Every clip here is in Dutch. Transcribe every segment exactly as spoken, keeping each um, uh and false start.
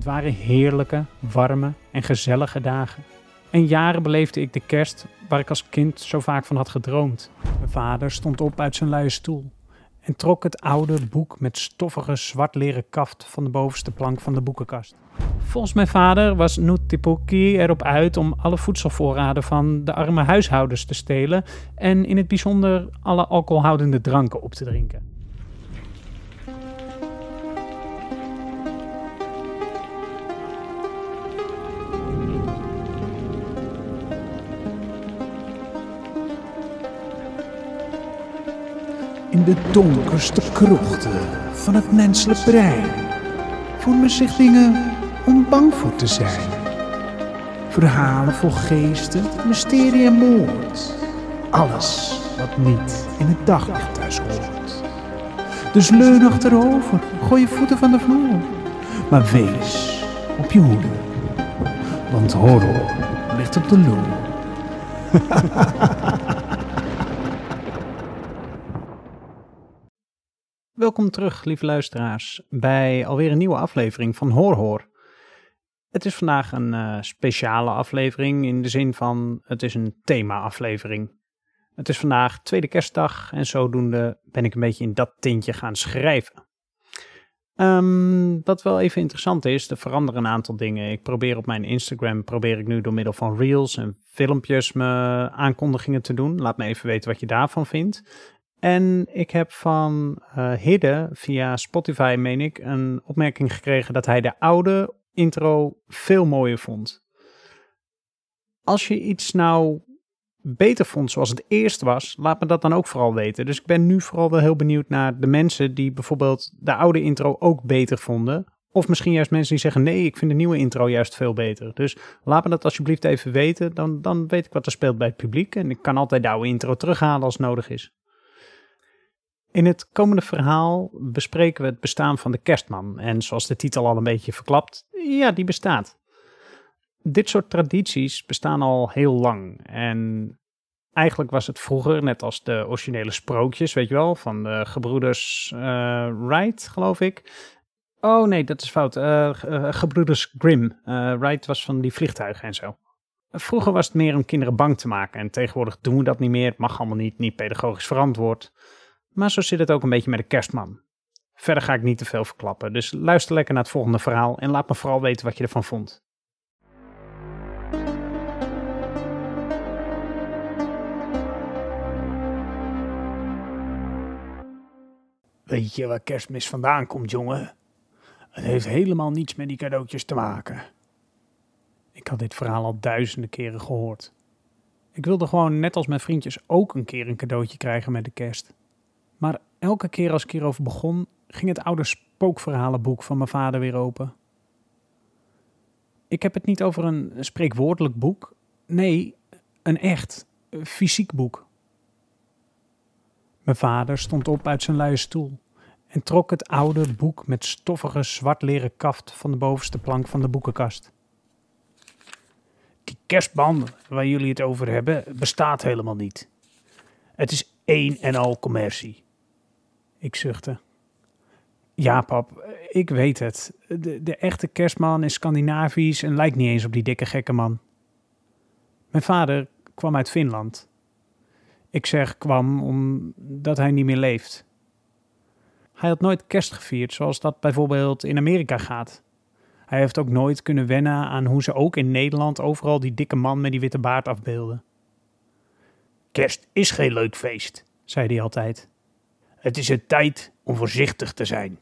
Het waren heerlijke, warme en gezellige dagen. En jaren beleefde ik de kerst waar ik als kind zo vaak van had gedroomd. Mijn vader stond op uit zijn luie stoel en trok het oude boek met stoffige zwart leren kaft van de bovenste plank van de boekenkast. Volgens mijn vader was Nutipuki erop uit om alle voedselvoorraden van de arme huishoudens te stelen en in het bijzonder alle alcoholhoudende dranken op te drinken. In de donkerste krochten van het menselijk brein vormen zich dingen om bang voor te zijn. Verhalen vol geesten, mysterie en moord. Alles wat niet in het daglicht thuis hoort. Dus leun achterover, gooi je voeten van de vloer. Maar wees op je hoede, want horror ligt op de loer. Welkom terug, lieve luisteraars, bij alweer een nieuwe aflevering van Hoor Hoor. Het is vandaag een uh, speciale aflevering in de zin van het is een thema-aflevering. Het is vandaag tweede kerstdag en zodoende ben ik een beetje in dat tintje gaan schrijven. Um, wat wel even interessant is, er veranderen een aantal dingen. Ik probeer op mijn Instagram, probeer ik nu door middel van reels en filmpjes me aankondigingen te doen. Laat me even weten wat je daarvan vindt. En ik heb van uh, Hidde via Spotify, meen ik, een opmerking gekregen dat hij de oude intro veel mooier vond. Als je iets nou beter vond zoals het eerst was, laat me dat dan ook vooral weten. Dus ik ben nu vooral wel heel benieuwd naar de mensen die bijvoorbeeld de oude intro ook beter vonden. Of misschien juist mensen die zeggen, nee, ik vind de nieuwe intro juist veel beter. Dus laat me dat alsjeblieft even weten, dan, dan weet ik wat er speelt bij het publiek. En ik kan altijd de oude intro terughalen als nodig is. In het komende verhaal bespreken we het bestaan van de kerstman. En zoals de titel al een beetje verklapt, ja, die bestaat. Dit soort tradities bestaan al heel lang. En eigenlijk was het vroeger, net als de originele sprookjes, weet je wel, van de gebroeders uh, Wright, geloof ik. Oh nee, dat is fout. Uh, uh, gebroeders Grimm. Uh, Wright was van die vliegtuigen en zo. Vroeger was het meer om kinderen bang te maken. En tegenwoordig doen we dat niet meer. Het mag allemaal niet, niet pedagogisch verantwoord. Maar zo zit het ook een beetje met de kerstman. Verder ga ik niet te veel verklappen, dus luister lekker naar het volgende verhaal en laat me vooral weten wat je ervan vond. Weet je waar Kerstmis vandaan komt, jongen? Het heeft helemaal niets met die cadeautjes te maken. Ik had dit verhaal al duizenden keren gehoord. Ik wilde gewoon net als mijn vriendjes ook een keer een cadeautje krijgen met de kerst. Maar elke keer als ik hierover begon, ging het oude spookverhalenboek van mijn vader weer open. Ik heb het niet over een spreekwoordelijk boek. Nee, een echt, fysiek boek. Mijn vader stond op uit zijn luie stoel en trok het oude boek met stoffige zwart leren kaft van de bovenste plank van de boekenkast. Die kerstman waar jullie het over hebben, bestaat helemaal niet. Het is één en al commercie. Ik zuchtte. Ja, pap, ik weet het. De, de echte kerstman is Scandinavisch en lijkt niet eens op die dikke gekke man. Mijn vader kwam uit Finland. Ik zeg kwam omdat hij niet meer leeft. Hij had nooit kerst gevierd zoals dat bijvoorbeeld in Amerika gaat. Hij heeft ook nooit kunnen wennen aan hoe ze ook in Nederland overal die dikke man met die witte baard afbeelden. Kerst is geen leuk feest, zei hij altijd. Het is een tijd om voorzichtig te zijn.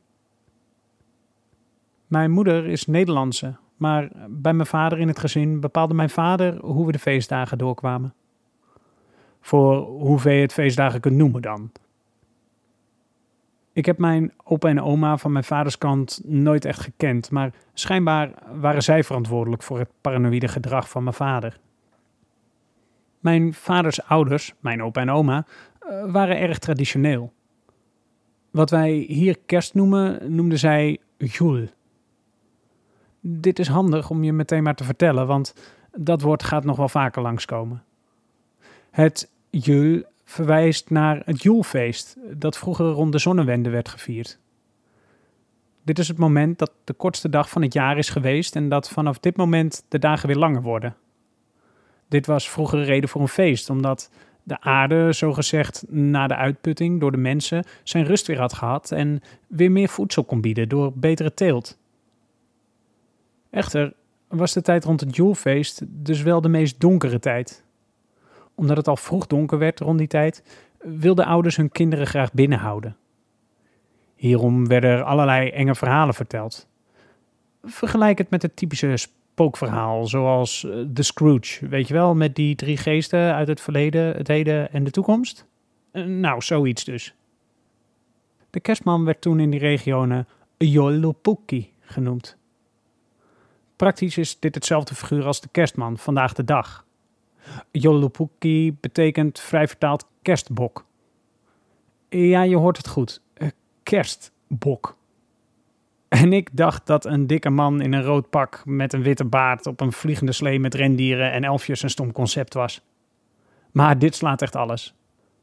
Mijn moeder is Nederlandse, maar bij mijn vader in het gezin bepaalde mijn vader hoe we de feestdagen doorkwamen. Voor hoeveel je het feestdagen kunt noemen dan? Ik heb mijn opa en oma van mijn vaders kant nooit echt gekend, maar schijnbaar waren zij verantwoordelijk voor het paranoïde gedrag van mijn vader. Mijn vaders ouders, mijn opa en oma, waren erg traditioneel. Wat wij hier kerst noemen, noemden zij jul. Dit is handig om je meteen maar te vertellen, want dat woord gaat nog wel vaker langskomen. Het jul verwijst naar het Joelfeest, dat vroeger rond de zonnewende werd gevierd. Dit is het moment dat de kortste dag van het jaar is geweest en dat vanaf dit moment de dagen weer langer worden. Dit was vroeger een reden voor een feest, omdat de aarde, zogezegd na de uitputting door de mensen, zijn rust weer had gehad en weer meer voedsel kon bieden door betere teelt. Echter was de tijd rond het Joelfeest dus wel de meest donkere tijd. Omdat het al vroeg donker werd rond die tijd, wilden ouders hun kinderen graag binnenhouden. Hierom werden er allerlei enge verhalen verteld. Vergelijk het met het typische spookverhaal, zoals The Scrooge, weet je wel, met die drie geesten uit het verleden, het heden en de toekomst. Nou, zoiets dus. De kerstman werd toen in die regionen Joulupukki genoemd. Praktisch is dit hetzelfde figuur als de kerstman vandaag de dag. Joulupukki betekent vrij vertaald kerstbok. Ja, je hoort het goed. Kerstbok. En ik dacht dat een dikke man in een rood pak met een witte baard op een vliegende slee met rendieren en elfjes een stom concept was. Maar dit slaat echt alles.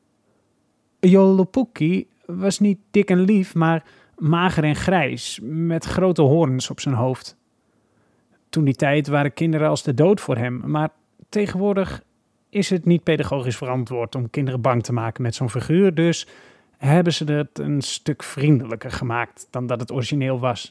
Joulupukki was niet dik en lief, maar mager en grijs, met grote hoorns op zijn hoofd. Toen die tijd waren kinderen als de dood voor hem, maar tegenwoordig is het niet pedagogisch verantwoord om kinderen bang te maken met zo'n figuur, dus hebben ze het een stuk vriendelijker gemaakt dan dat het origineel was.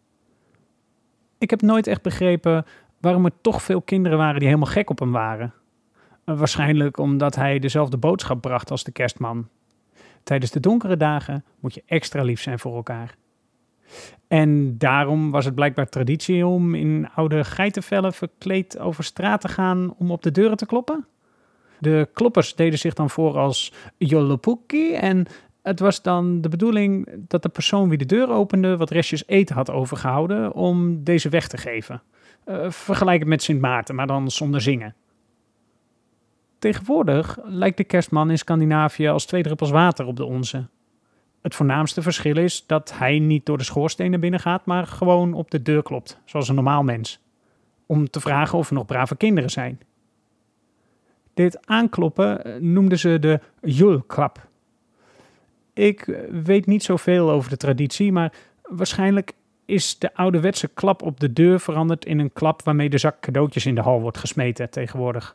Ik heb nooit echt begrepen waarom er toch veel kinderen waren die helemaal gek op hem waren. Waarschijnlijk omdat hij dezelfde boodschap bracht als de kerstman. Tijdens de donkere dagen moet je extra lief zijn voor elkaar. En daarom was het blijkbaar traditie om in oude geitenvellen verkleed over straat te gaan om op de deuren te kloppen. De kloppers deden zich dan voor als Joulupukki en het was dan de bedoeling dat de persoon wie de deur opende wat restjes eten had overgehouden om deze weg te geven. Uh, vergelijk het met Sint Maarten, maar dan zonder zingen. Tegenwoordig lijkt de kerstman in Scandinavië als twee druppels water op de onze. Het voornaamste verschil is dat hij niet door de schoorsteen naar binnen gaat, maar gewoon op de deur klopt, zoals een normaal mens. Om te vragen of er nog brave kinderen zijn. Dit aankloppen noemden ze de Joelklap. Ik weet niet zoveel over de traditie, maar waarschijnlijk is de ouderwetse klap op de deur veranderd in een klap waarmee de zak cadeautjes in de hal wordt gesmeten tegenwoordig.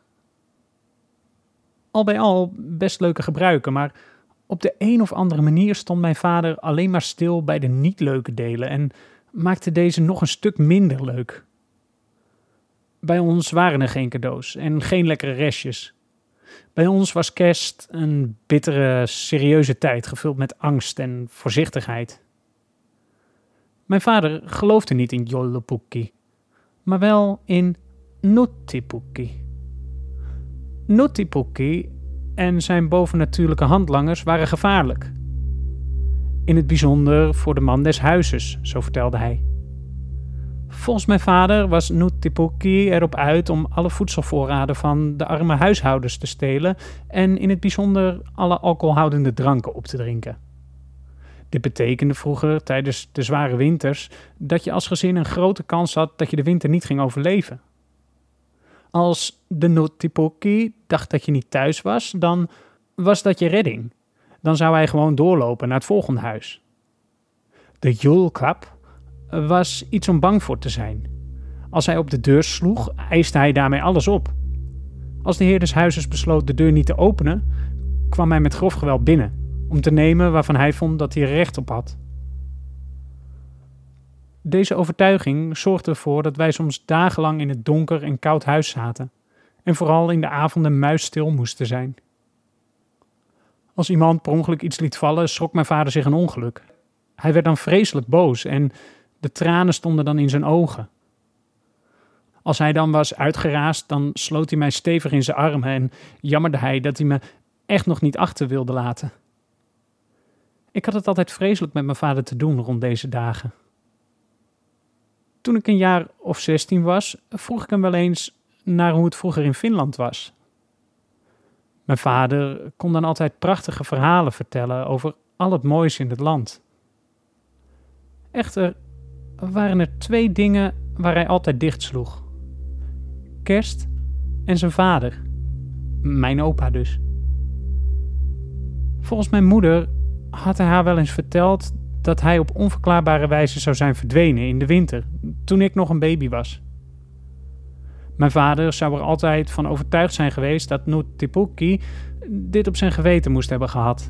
Al bij al best leuke gebruiken, maar op de een of andere manier stond mijn vader alleen maar stil bij de niet leuke delen en maakte deze nog een stuk minder leuk. Bij ons waren er geen cadeaus en geen lekkere restjes. Bij ons was kerst een bittere, serieuze tijd gevuld met angst en voorzichtigheid. Mijn vader geloofde niet in Joulupukki, maar wel in Nuttipukki. Nuttipukki en zijn bovennatuurlijke handlangers waren gevaarlijk. In het bijzonder voor de man des huizes, zo vertelde hij. Volgens mijn vader was Nuttipukki erop uit om alle voedselvoorraden van de arme huishoudens te stelen en in het bijzonder alle alcoholhoudende dranken op te drinken. Dit betekende vroeger tijdens de zware winters dat je als gezin een grote kans had dat je de winter niet ging overleven. Als de Nuttipukki dacht dat je niet thuis was, dan was dat je redding. Dan zou hij gewoon doorlopen naar het volgende huis. De Joelklap was iets om bang voor te zijn. Als hij op de deur sloeg, eiste hij daarmee alles op. Als de heer des huizes besloot de deur niet te openen, kwam hij met grof geweld binnen, om te nemen waarvan hij vond dat hij er recht op had. Deze overtuiging zorgde ervoor dat wij soms dagenlang in het donker en koud huis zaten, en vooral in de avonden muisstil moesten zijn. Als iemand per ongeluk iets liet vallen, schrok mijn vader zich een ongeluk. Hij werd dan vreselijk boos en de tranen stonden dan in zijn ogen. Als hij dan was uitgeraasd, dan sloot hij mij stevig in zijn armen en jammerde hij dat hij me echt nog niet achter wilde laten. Ik had het altijd vreselijk met mijn vader te doen rond deze dagen. Toen ik een jaar of zestien was, vroeg ik hem wel eens naar hoe het vroeger in Finland was. Mijn vader kon dan altijd prachtige verhalen vertellen over al het moois in het land. Echter waren er twee dingen waar hij altijd dichtsloeg. Kerst en zijn vader. Mijn opa dus. Volgens mijn moeder had hij haar wel eens verteld dat hij op onverklaarbare wijze zou zijn verdwenen in de winter, toen ik nog een baby was. Mijn vader zou er altijd van overtuigd zijn geweest dat Nuttipukki dit op zijn geweten moest hebben gehad.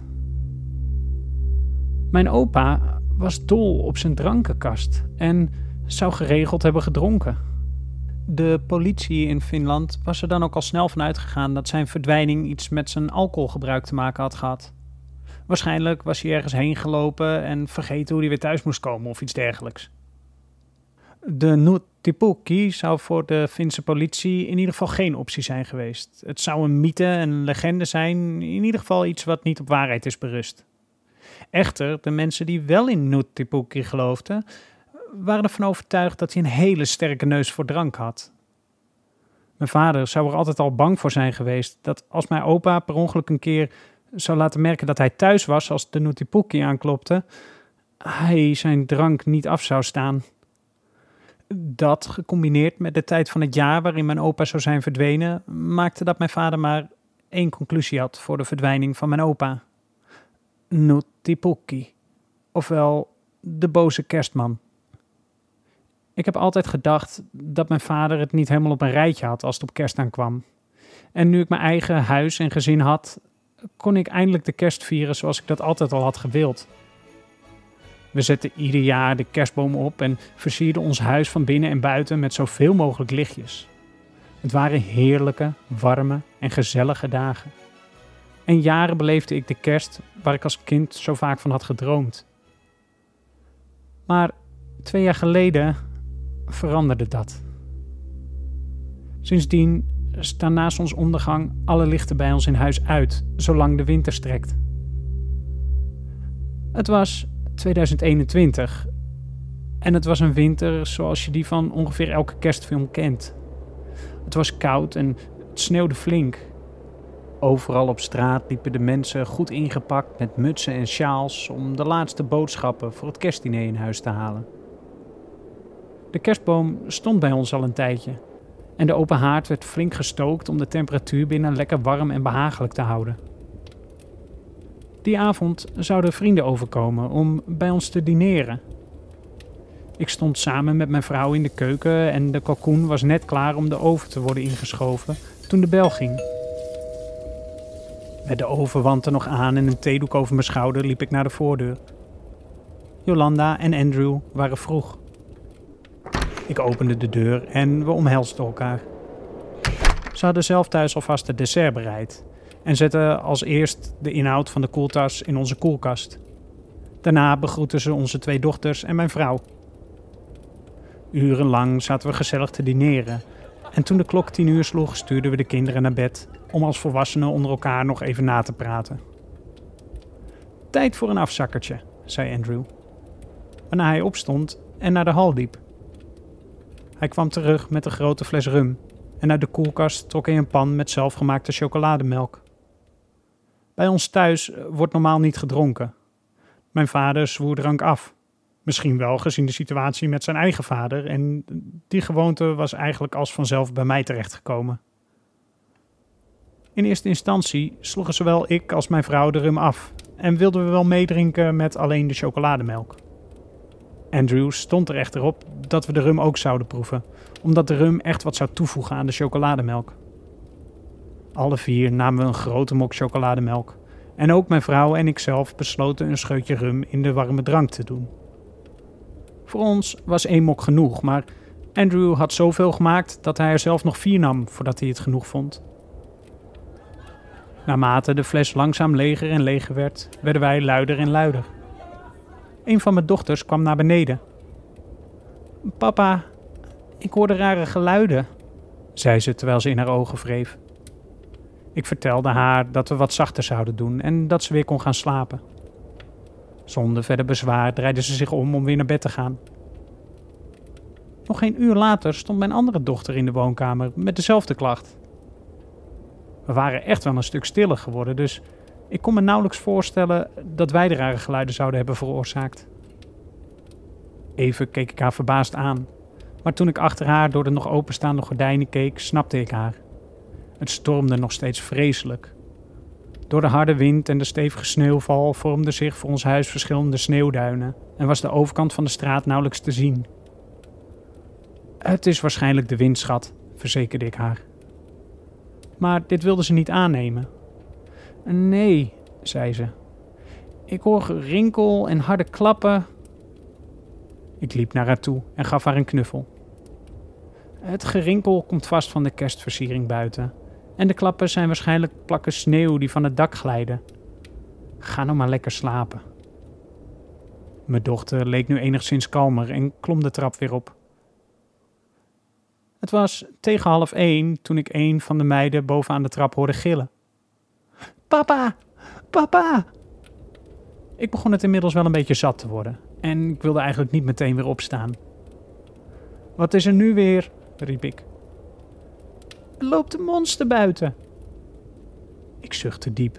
Mijn opa was dol op zijn drankenkast en zou geregeld hebben gedronken. De politie in Finland was er dan ook al snel van uitgegaan dat zijn verdwijning iets met zijn alcoholgebruik te maken had gehad. Waarschijnlijk was hij ergens heen gelopen en vergeten hoe hij weer thuis moest komen of iets dergelijks. De Nuttipukki zou voor de Finse politie in ieder geval geen optie zijn geweest. Het zou een mythe, een legende zijn, in ieder geval iets wat niet op waarheid is berust. Echter, de mensen die wel in Nuttipukki geloofden, waren ervan overtuigd dat hij een hele sterke neus voor drank had. Mijn vader zou er altijd al bang voor zijn geweest dat als mijn opa per ongeluk een keer zou laten merken dat hij thuis was als de Nuttipukki aanklopte, hij zijn drank niet af zou staan. Dat, gecombineerd met de tijd van het jaar waarin mijn opa zou zijn verdwenen, maakte dat mijn vader maar één conclusie had voor de verdwijning van mijn opa. Nuttipukki, ofwel de boze kerstman. Ik heb altijd gedacht dat mijn vader het niet helemaal op een rijtje had als het op kerst aankwam. En nu ik mijn eigen huis en gezin had, kon ik eindelijk de kerst vieren zoals ik dat altijd al had gewild. We zetten ieder jaar de kerstboom op en versierden ons huis van binnen en buiten met zoveel mogelijk lichtjes. Het waren heerlijke, warme en gezellige dagen. En jaren beleefde ik de kerst waar ik als kind zo vaak van had gedroomd. Maar twee jaar geleden veranderde dat. Sindsdien staan na zonsondergang alle lichten bij ons in huis uit, zolang de winter strekt. Het was tweeduizend eenentwintig en het was een winter zoals je die van ongeveer elke kerstfilm kent. Het was koud en het sneeuwde flink. Overal op straat liepen de mensen goed ingepakt met mutsen en sjaals om de laatste boodschappen voor het kerstdiner in huis te halen. De kerstboom stond bij ons al een tijdje en de open haard werd flink gestookt om de temperatuur binnen lekker warm en behagelijk te houden. Die avond zouden vrienden overkomen om bij ons te dineren. Ik stond samen met mijn vrouw in de keuken en de kalkoen was net klaar om de oven te worden ingeschoven toen de bel ging. Met de ovenwanten nog aan en een theedoek over mijn schouder liep ik naar de voordeur. Jolanda en Andrew waren vroeg. Ik opende de deur en we omhelsden elkaar. Ze hadden zelf thuis alvast het dessert bereid en zetten als eerst de inhoud van de koeltas in onze koelkast. Daarna begroetten ze onze twee dochters en mijn vrouw. Urenlang zaten we gezellig te dineren en toen de klok tien uur sloeg stuurden we de kinderen naar bed om als volwassenen onder elkaar nog even na te praten. Tijd voor een afzakkertje, zei Andrew, waarna hij opstond en naar de hal liep. Hij kwam terug met een grote fles rum en uit de koelkast trok hij een pan met zelfgemaakte chocolademelk. Bij ons thuis wordt normaal niet gedronken. Mijn vader zwoer drank af. Misschien wel gezien de situatie met zijn eigen vader en die gewoonte was eigenlijk als vanzelf bij mij terechtgekomen. In eerste instantie sloegen zowel ik als mijn vrouw de rum af en wilden we wel meedrinken met alleen de chocolademelk. Andrew stond er echter op dat we de rum ook zouden proeven, omdat de rum echt wat zou toevoegen aan de chocolademelk. Alle vier namen we een grote mok chocolademelk en ook mijn vrouw en ikzelf besloten een scheutje rum in de warme drank te doen. Voor ons was één mok genoeg, maar Andrew had zoveel gemaakt dat hij er zelf nog vier nam voordat hij het genoeg vond. Naarmate de fles langzaam leger en leger werd, werden wij luider en luider. Een van mijn dochters kwam naar beneden. "Papa, ik hoorde rare geluiden," zei ze terwijl ze in haar ogen wreef. Ik vertelde haar dat we wat zachter zouden doen en dat ze weer kon gaan slapen. Zonder verder bezwaar draaide ze zich om om weer naar bed te gaan. Nog geen uur later stond mijn andere dochter in de woonkamer met dezelfde klacht. We waren echt wel een stuk stiller geworden, dus ik kon me nauwelijks voorstellen dat wij de rare geluiden zouden hebben veroorzaakt. Even keek ik haar verbaasd aan, maar toen ik achter haar door de nog openstaande gordijnen keek, snapte ik haar. Het stormde nog steeds vreselijk. Door de harde wind en de stevige sneeuwval vormden zich voor ons huis verschillende sneeuwduinen en was de overkant van de straat nauwelijks te zien. Het is waarschijnlijk de wind, schat, verzekerde ik haar. Maar dit wilde ze niet aannemen. Nee, zei ze. Ik hoor gerinkel en harde klappen. Ik liep naar haar toe en gaf haar een knuffel. Het gerinkel komt vast van de kerstversiering buiten. En de klappen zijn waarschijnlijk plakken sneeuw die van het dak glijden. Ga nou maar lekker slapen. Mijn dochter leek nu enigszins kalmer en klom de trap weer op. Het was tegen half één toen ik een van de meiden bovenaan de trap hoorde gillen. Papa! Papa! Ik begon het inmiddels wel een beetje zat te worden en ik wilde eigenlijk niet meteen weer opstaan. Wat is er nu weer? Riep ik. Er loopt een monster buiten. Ik zuchtte diep.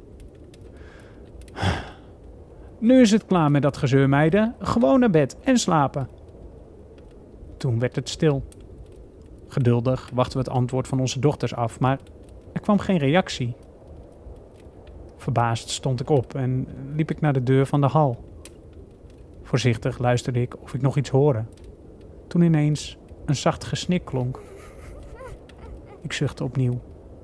Nu is het klaar met dat gezeur, meiden. Gewoon naar bed en slapen. Toen werd het stil. Geduldig wachten we het antwoord van onze dochters af, maar er kwam geen reactie. Verbaasd stond ik op en liep ik naar de deur van de hal. Voorzichtig luisterde ik of ik nog iets hoorde. Toen ineens een zacht gesnik klonk. Ik zuchtte opnieuw.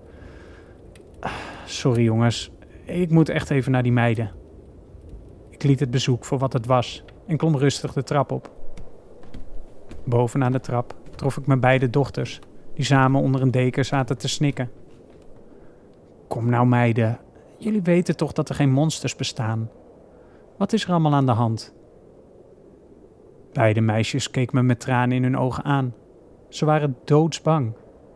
Sorry jongens, ik moet echt even naar die meiden. Ik liet het bezoek voor wat het was en klom rustig de trap op. Bovenaan de trap trof ik mijn beide dochters, die samen onder een deken zaten te snikken. Kom nou meiden, jullie weten toch dat er geen monsters bestaan? Wat is er allemaal aan de hand? Beide meisjes keken me met tranen in hun ogen aan. Ze waren doodsbang.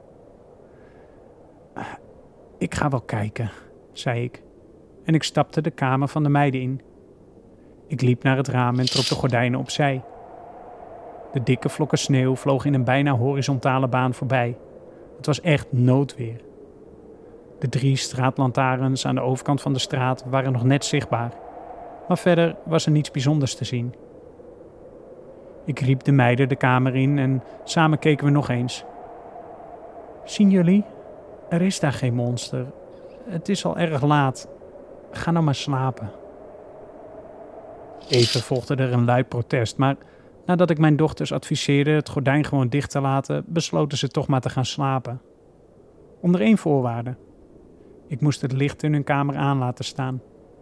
Ik ga wel kijken, zei ik. En ik stapte de kamer van de meiden in. Ik liep naar het raam en trok de gordijnen opzij. De dikke vlokken sneeuw vlogen in een bijna horizontale baan voorbij. Het was echt noodweer. De drie straatlantaarns aan de overkant van de straat waren nog net zichtbaar. Maar verder was er niets bijzonders te zien. Ik riep de meiden de kamer in en samen keken we nog eens. Zien jullie? Er is daar geen monster. Het is al erg laat. Ga nou maar slapen. Even volgde er een luid protest, maar nadat ik mijn dochters adviseerde het gordijn gewoon dicht te laten, besloten ze toch maar te gaan slapen. Onder één voorwaarde. Ik moest het licht in hun kamer aan laten staan.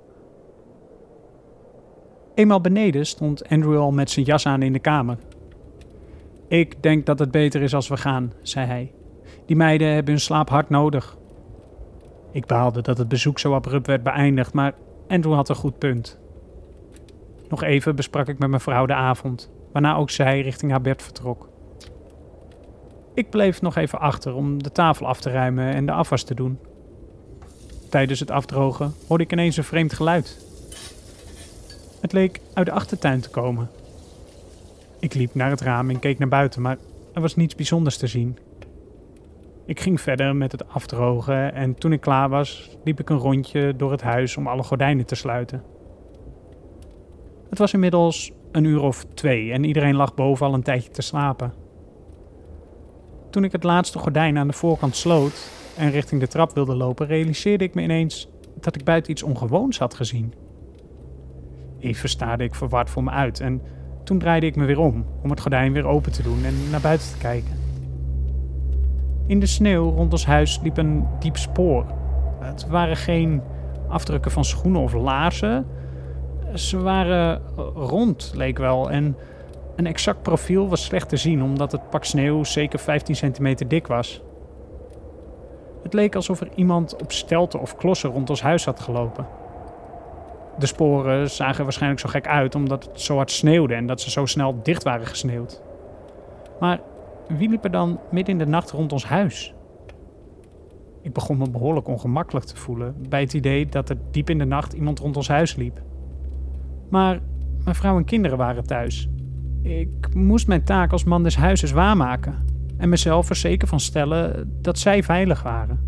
Eenmaal beneden stond Andrew al met zijn jas aan in de kamer. Ik denk dat het beter is als we gaan, zei hij. Die meiden hebben hun slaap hard nodig. Ik baalde dat het bezoek zo abrupt werd beëindigd, maar Andrew had een goed punt. Nog even besprak ik met mijn vrouw de avond, waarna ook zij richting haar bed vertrok. Ik bleef nog even achter om de tafel af te ruimen en de afwas te doen. Tijdens het afdrogen hoorde ik ineens een vreemd geluid. Het leek uit de achtertuin te komen. Ik liep naar het raam en keek naar buiten, maar er was niets bijzonders te zien. Ik ging verder met het afdrogen en toen ik klaar was, liep ik een rondje door het huis om alle gordijnen te sluiten. Het was inmiddels een uur of twee en iedereen lag boven al een tijdje te slapen. Toen ik het laatste gordijn aan de voorkant sloot en richting de trap wilde lopen, realiseerde ik me ineens dat ik buiten iets ongewoons had gezien. Even staarde ik verward voor me uit en toen draaide ik me weer om, om het gordijn weer open te doen en naar buiten te kijken. In de sneeuw rond ons huis liep een diep spoor. Het waren geen afdrukken van schoenen of laarzen. Ze waren rond, leek wel, en een exact profiel was slecht te zien omdat het pak sneeuw zeker vijftien centimeter dik was. Het leek alsof er iemand op stelten of klossen rond ons huis had gelopen. De sporen zagen waarschijnlijk zo gek uit omdat het zo hard sneeuwde en dat ze zo snel dicht waren gesneeuwd. Maar wie liep er dan midden in de nacht rond ons huis? Ik begon me behoorlijk ongemakkelijk te voelen bij het idee dat er diep in de nacht iemand rond ons huis liep. Maar mijn vrouw en kinderen waren thuis. Ik moest mijn taak als man des huizes waarmaken en mezelf er zeker van stellen dat zij veilig waren.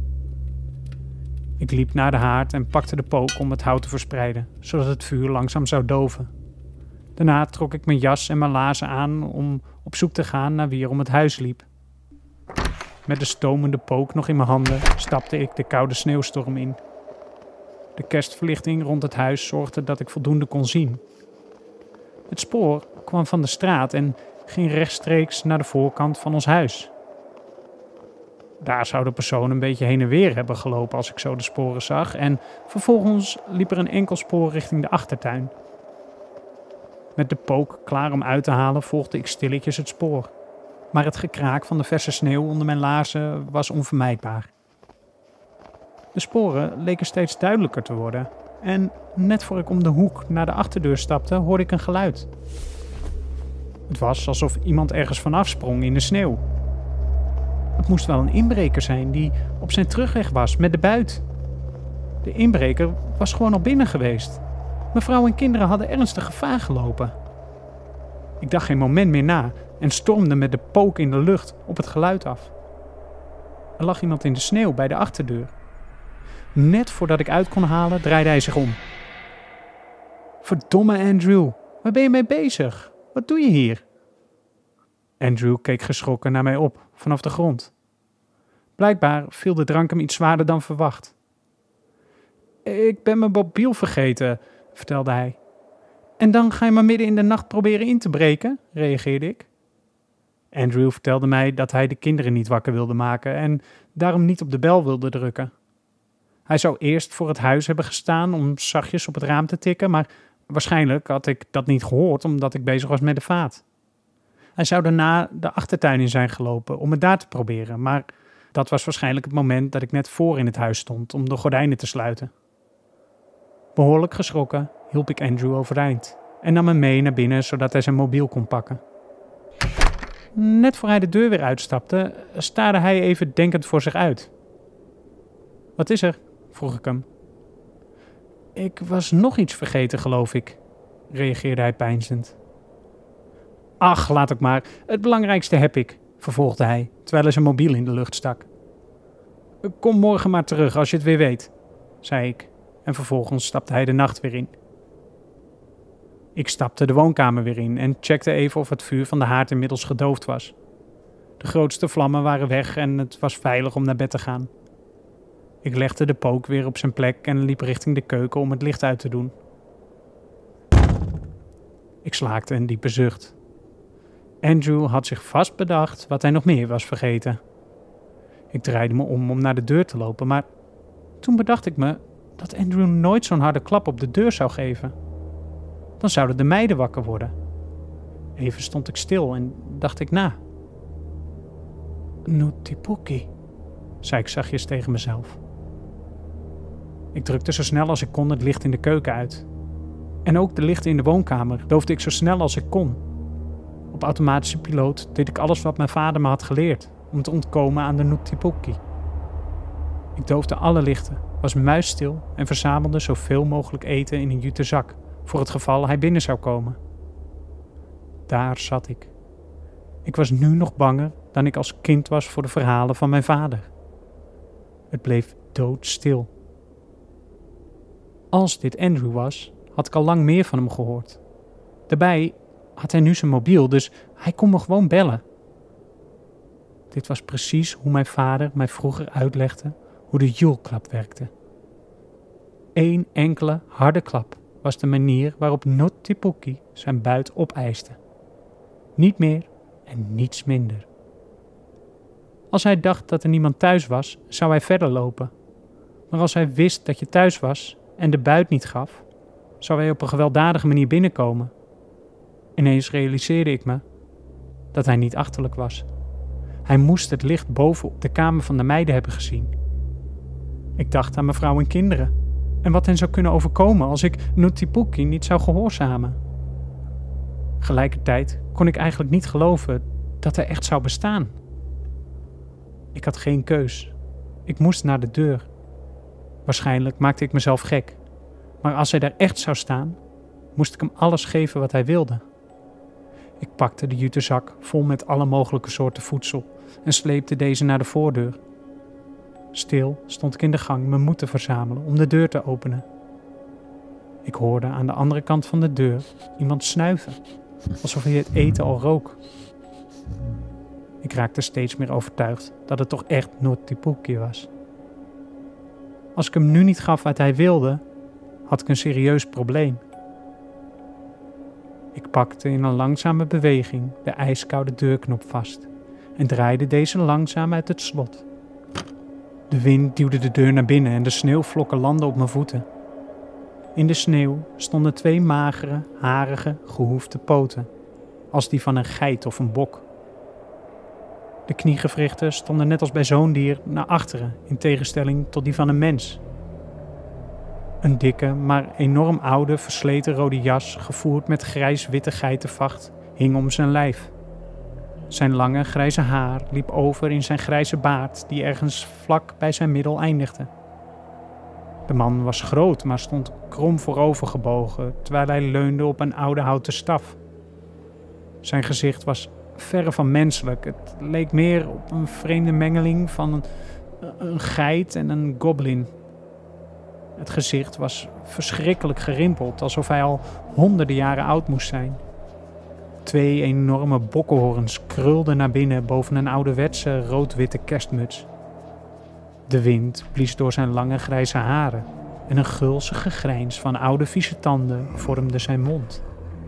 Ik liep naar de haard en pakte de pook om het hout te verspreiden, zodat het vuur langzaam zou doven. Daarna trok ik mijn jas en mijn laarzen aan om op zoek te gaan naar wie er om het huis liep. Met de stomende pook nog in mijn handen stapte ik de koude sneeuwstorm in. De kerstverlichting rond het huis zorgde dat ik voldoende kon zien. Het spoor kwam van de straat en ging rechtstreeks naar de voorkant van ons huis. Daar zou de persoon een beetje heen en weer hebben gelopen als ik zo de sporen zag en vervolgens liep er een enkel spoor richting de achtertuin. Met de pook klaar om uit te halen volgde ik stilletjes het spoor. Maar het gekraak van de verse sneeuw onder mijn laarzen was onvermijdbaar. De sporen leken steeds duidelijker te worden en net voor ik om de hoek naar de achterdeur stapte hoorde ik een geluid. Het was alsof iemand ergens vanaf sprong in de sneeuw. Het moest wel een inbreker zijn die op zijn terugweg was met de buit. De inbreker was gewoon al binnen geweest. Mijn vrouw en kinderen hadden ernstig gevaar gelopen. Ik dacht geen moment meer na en stormde met de pook in de lucht op het geluid af. Er lag iemand in de sneeuw bij de achterdeur. Net voordat ik uit kon halen, draaide hij zich om. Verdomme Andrew, waar ben je mee bezig? Wat doe je hier? Andrew keek geschrokken naar mij op, vanaf de grond. Blijkbaar viel de drank hem iets zwaarder dan verwacht. Ik ben mijn mobiel vergeten, vertelde hij. En dan ga je maar midden in de nacht proberen in te breken, reageerde ik. Andrew vertelde mij dat hij de kinderen niet wakker wilde maken en daarom niet op de bel wilde drukken. Hij zou eerst voor het huis hebben gestaan om zachtjes op het raam te tikken, maar waarschijnlijk had ik dat niet gehoord omdat ik bezig was met de vaat. Hij zou daarna de achtertuin in zijn gelopen om het daar te proberen, maar dat was waarschijnlijk het moment dat ik net voor in het huis stond om de gordijnen te sluiten. Behoorlijk geschrokken hielp ik Andrew overeind en nam hem mee naar binnen zodat hij zijn mobiel kon pakken. Net voor hij de deur weer uitstapte, staarde hij even denkend voor zich uit. Wat is er? Vroeg ik hem. Ik was nog iets vergeten, geloof ik, reageerde hij peinzend. Ach, laat ook maar. Het belangrijkste heb ik, vervolgde hij, terwijl hij zijn mobiel in de lucht stak. Kom morgen maar terug als je het weer weet, zei ik, en vervolgens stapte hij de nacht weer in. Ik stapte de woonkamer weer in en checkte even of het vuur van de haard inmiddels gedoofd was. De grootste vlammen waren weg en het was veilig om naar bed te gaan. Ik legde de pook weer op zijn plek en liep richting de keuken om het licht uit te doen. Ik slaakte een diepe zucht. Andrew had zich vast bedacht wat hij nog meer was vergeten. Ik draaide me om om naar de deur te lopen, maar toen bedacht ik me dat Andrew nooit zo'n harde klap op de deur zou geven. Dan zouden de meiden wakker worden. Even stond ik stil en dacht ik na. Nutipuki, zei ik zachtjes tegen mezelf. Ik drukte zo snel als ik kon het licht in de keuken uit. En ook de lichten in de woonkamer doofde ik zo snel als ik kon. Op automatische piloot deed ik alles wat mijn vader me had geleerd om te ontkomen aan de Nutipuki. Ik doofde alle lichten, was muisstil en verzamelde zoveel mogelijk eten in een jute zak voor het geval hij binnen zou komen. Daar zat ik. Ik was nu nog banger dan ik als kind was voor de verhalen van mijn vader. Het bleef doodstil. Als dit Andrew was, had ik al lang meer van hem gehoord. Daarbij had hij nu zijn mobiel, dus hij kon me gewoon bellen. Dit was precies hoe mijn vader mij vroeger uitlegde hoe de Yule-klap werkte. Eén enkele harde klap was de manier waarop Nutipuki zijn buit opeiste. Niet meer en niets minder. Als hij dacht dat er niemand thuis was, zou hij verder lopen. Maar als hij wist dat je thuis was en de buit niet gaf, zou hij op een gewelddadige manier binnenkomen. Ineens realiseerde ik me dat hij niet achterlijk was. Hij moest het licht boven op de kamer van de meiden hebben gezien. Ik dacht aan mijn vrouw en kinderen en wat hen zou kunnen overkomen als ik Nutipuki niet zou gehoorzamen. Gelijkertijd kon ik eigenlijk niet geloven dat hij echt zou bestaan. Ik had geen keus. Ik moest naar de deur. Waarschijnlijk maakte ik mezelf gek. Maar als hij daar echt zou staan, moest ik hem alles geven wat hij wilde. Ik pakte de jute zak vol met alle mogelijke soorten voedsel en sleepte deze naar de voordeur. Stil stond ik in de gang mijn moed te verzamelen om de deur te openen. Ik hoorde aan de andere kant van de deur iemand snuiven, alsof hij het eten al rook. Ik raakte steeds meer overtuigd dat het toch echt Nutipuki was. Als ik hem nu niet gaf wat hij wilde, had ik een serieus probleem. Ik pakte in een langzame beweging de ijskoude deurknop vast en draaide deze langzaam uit het slot. De wind duwde de deur naar binnen en de sneeuwvlokken landden op mijn voeten. In de sneeuw stonden twee magere, harige, gehoefde poten, als die van een geit of een bok. De kniegewrichten stonden net als bij zo'n dier naar achteren, in tegenstelling tot die van een mens. Een dikke, maar enorm oude, versleten rode jas, gevoerd met grijs-witte geitenvacht, hing om zijn lijf. Zijn lange, grijze haar liep over in zijn grijze baard, die ergens vlak bij zijn middel eindigde. De man was groot, maar stond krom voorover gebogen, terwijl hij leunde op een oude houten staf. Zijn gezicht was verre van menselijk. Het leek meer op een vreemde mengeling van een, een geit en een goblin. Het gezicht was verschrikkelijk gerimpeld, alsof hij al honderden jaren oud moest zijn. Twee enorme bokkenhorens krulden naar binnen boven een ouderwetse rood-witte kerstmuts. De wind blies door zijn lange grijze haren en een gulzige grijns van oude vieze tanden vormde zijn mond.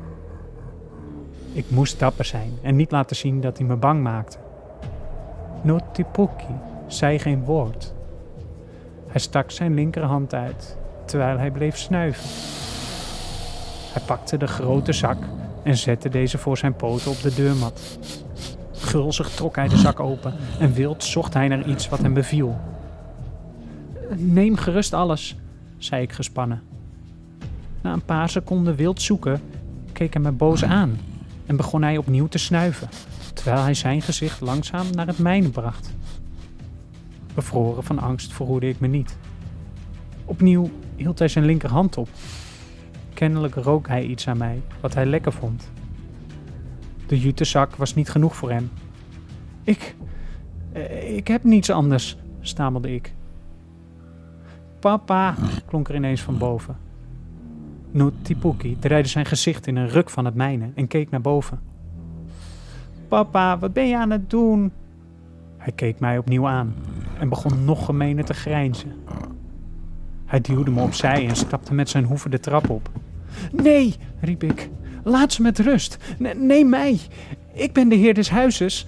Ik moest dapper zijn en niet laten zien dat hij me bang maakte. Notipoki zei geen woord. Hij stak zijn linkerhand uit, terwijl hij bleef snuiven. Hij pakte de grote zak en zette deze voor zijn poten op de deurmat. Gulzig trok hij de zak open en wild zocht hij naar iets wat hem beviel. Neem gerust alles, zei ik gespannen. Na een paar seconden wild zoeken, keek hij me boos aan en begon hij opnieuw te snuiven, terwijl hij zijn gezicht langzaam naar het mijne bracht. Bevroren van angst verroerde ik me niet. Opnieuw hield hij zijn linkerhand op. Kennelijk rook hij iets aan mij, wat hij lekker vond. De jutezak was niet genoeg voor hem. Ik... ik heb niets anders, stamelde ik. Papa, klonk er ineens van boven. Notipoki draaide zijn gezicht in een ruk van het mijne en keek naar boven. Papa, wat ben je aan het doen? Hij keek mij opnieuw aan en begon nog gemener te grijnzen. Hij duwde me opzij en stapte met zijn hoeven de trap op. Nee, riep ik. Laat ze met rust. N- neem mij. Ik ben de heer des huizes.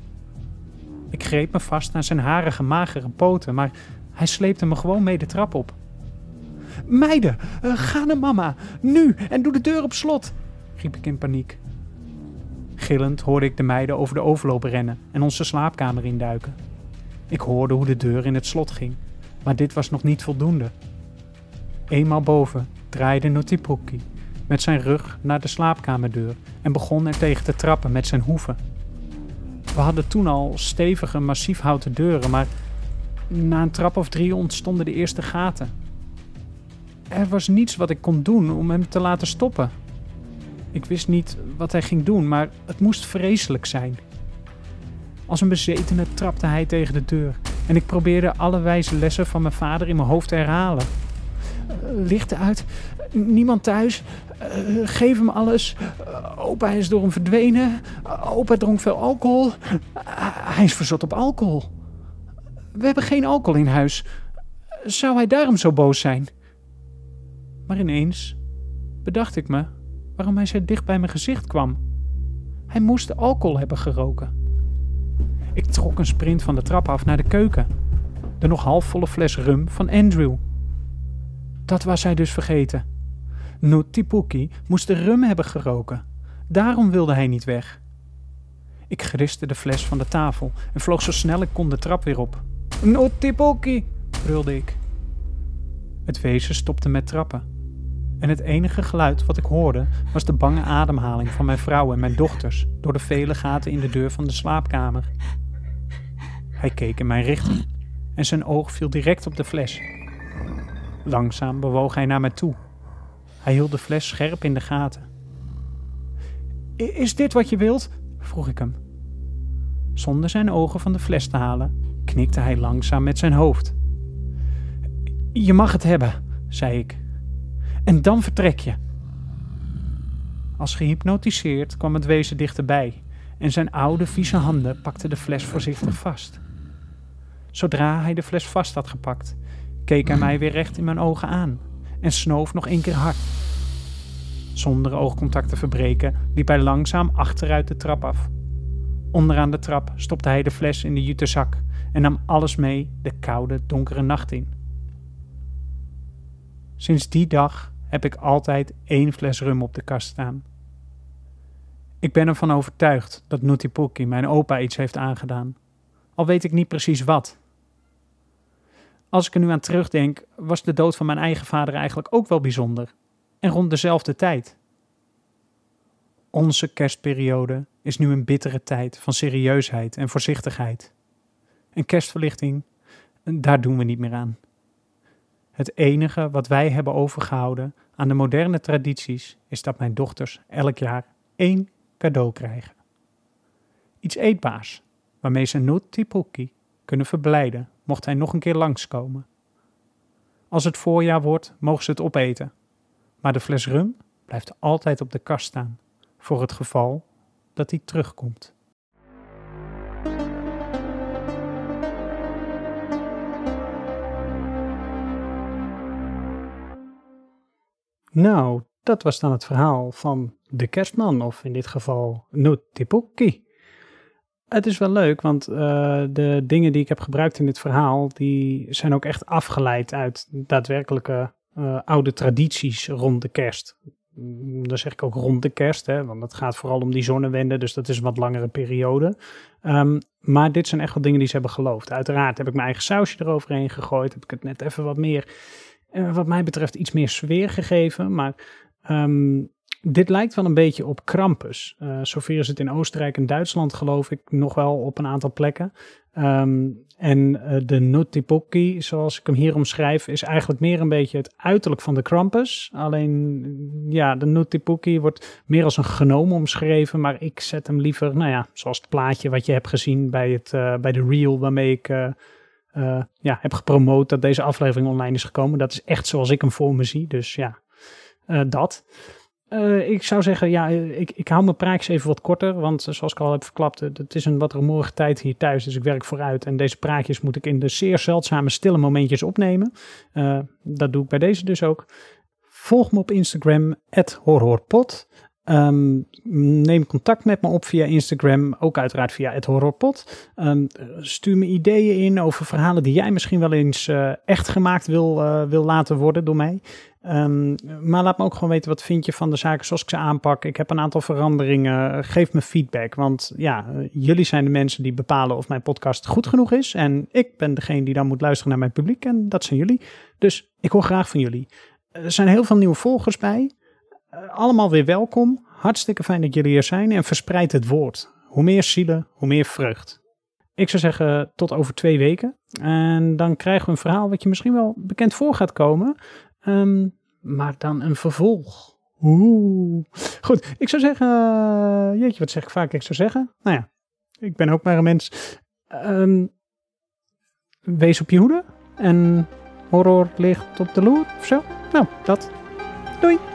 Ik greep me vast naar zijn harige, magere poten, maar hij sleepte me gewoon mee de trap op. Meiden, uh, ga naar mama. Nu, en doe de deur op slot, riep ik in paniek. Gillend hoorde ik de meiden over de overloop rennen en onze slaapkamer induiken. Ik hoorde hoe de deur in het slot ging, maar dit was nog niet voldoende. Eenmaal boven draaide Notipoki met zijn rug naar de slaapkamerdeur en begon er tegen te trappen met zijn hoeven. We hadden toen al stevige, massief houten deuren, maar na een trap of drie ontstonden de eerste gaten. Er was niets wat ik kon doen om hem te laten stoppen. Ik wist niet wat hij ging doen, maar het moest vreselijk zijn. Als een bezetene trapte hij tegen de deur en ik probeerde alle wijze lessen van mijn vader in mijn hoofd te herhalen. Uh, lichten uit, niemand thuis, uh, geef hem alles, uh, opa is door hem verdwenen, uh, opa dronk veel alcohol, uh, hij is verzot op alcohol. We hebben geen alcohol in huis, zou hij daarom zo boos zijn? Maar ineens bedacht ik me waarom hij zo dicht bij mijn gezicht kwam. Hij moest alcohol hebben geroken. Ik trok een sprint van de trap af naar de keuken. De nog halfvolle fles rum van Andrew. Dat was hij dus vergeten. Notipoki moest de rum hebben geroken. Daarom wilde hij niet weg. Ik griste de fles van de tafel en vloog zo snel ik kon de trap weer op. Notipoki, brulde ik. Het wezen stopte met trappen. En het enige geluid wat ik hoorde was de bange ademhaling van mijn vrouw en mijn dochters door de vele gaten in de deur van de slaapkamer. Hij keek in mijn richting en zijn oog viel direct op de fles. Langzaam bewoog hij naar mij toe. Hij hield de fles scherp in de gaten. Is dit wat je wilt? Vroeg ik hem. Zonder zijn ogen van de fles te halen, knikte hij langzaam met zijn hoofd. Je mag het hebben, zei ik. En dan vertrek je. Als gehypnotiseerd kwam het wezen dichterbij en zijn oude, vieze handen pakten de fles voorzichtig vast. Zodra hij de fles vast had gepakt, keek hij mij weer recht in mijn ogen aan en snoof nog één keer hard. Zonder oogcontact te verbreken liep hij langzaam achteruit de trap af. Onderaan de trap stopte hij de fles in de jute zak en nam alles mee de koude, donkere nacht in. Sinds die dag heb ik altijd één fles rum op de kast staan. Ik ben ervan overtuigd dat Nutipoki mijn opa iets heeft aangedaan, al weet ik niet precies wat. Als ik er nu aan terugdenk, was de dood van mijn eigen vader eigenlijk ook wel bijzonder en rond dezelfde tijd. Onze kerstperiode is nu een bittere tijd van serieusheid en voorzichtigheid. En kerstverlichting, daar doen we niet meer aan. Het enige wat wij hebben overgehouden aan de moderne tradities is dat mijn dochters elk jaar één cadeau krijgen. Iets eetbaars, waarmee ze Nutipoki kunnen verblijden mocht hij nog een keer langskomen. Als het voorjaar wordt, mogen ze het opeten. Maar de fles rum blijft altijd op de kast staan, voor het geval dat hij terugkomt. Nou, dat was dan het verhaal van de kerstman, of in dit geval Nutipoki. Het is wel leuk, want uh, de dingen die ik heb gebruikt in dit verhaal, die zijn ook echt afgeleid uit daadwerkelijke uh, oude tradities rond de kerst. Dan zeg ik ook rond de kerst, hè, want het gaat vooral om die zonnewende, dus dat is een wat langere periode. Um, maar dit zijn echt wel dingen die ze hebben geloofd. Uiteraard heb ik mijn eigen sausje eroverheen gegooid, heb ik het net even wat meer, uh, wat mij betreft iets meer sfeer gegeven, maar um, dit lijkt wel een beetje op Krampus. Uh, zover is het in Oostenrijk en Duitsland, geloof ik, nog wel op een aantal plekken. Um, en uh, de Nutipoki, zoals ik hem hier omschrijf, is eigenlijk meer een beetje het uiterlijk van de Krampus. Alleen, ja, de Nutipoki wordt meer als een gnoom omschreven, maar ik zet hem liever, nou ja, zoals het plaatje wat je hebt gezien bij, het, uh, bij de reel waarmee ik uh, uh, ja, heb gepromoot dat deze aflevering online is gekomen. Dat is echt zoals ik hem voor me zie, dus ja, uh, dat. Uh, ik zou zeggen, ja, ik, ik hou mijn praatjes even wat korter, want zoals ik al heb verklapt, het is een wat rumoerige tijd hier thuis, dus ik werk vooruit en deze praatjes moet ik in de zeer zeldzame stille momentjes opnemen. Uh, dat doe ik bij deze dus ook. Volg me op Instagram, at horrorpod. Um, neem contact met me op via Instagram, ook uiteraard via at horrorpod. Um, stuur me ideeën in over verhalen die jij misschien wel eens uh, echt gemaakt wil, uh, wil laten worden door mij. Um, maar laat me ook gewoon weten, wat vind je van de zaken zoals ik ze aanpak. Ik heb een aantal veranderingen. Geef me feedback, want ja, uh, jullie zijn de mensen die bepalen of mijn podcast goed genoeg is. En ik ben degene die dan moet luisteren naar mijn publiek en dat zijn jullie. Dus ik hoor graag van jullie. Er zijn heel veel nieuwe volgers bij. Uh, allemaal weer welkom. Hartstikke fijn dat jullie hier zijn en verspreid het woord. Hoe meer zielen, hoe meer vreugd. Ik zou zeggen tot over twee weken. En dan krijgen we een verhaal wat je misschien wel bekend voor gaat komen. Um, maar dan een vervolg. Oeh. Goed, ik zou zeggen... Uh, jeetje, wat zeg ik vaak? Ik zou zeggen... Nou ja, ik ben ook maar een mens. Um, wees op je hoede. En horror ligt op de loer of zo. Nou, dat. Doei.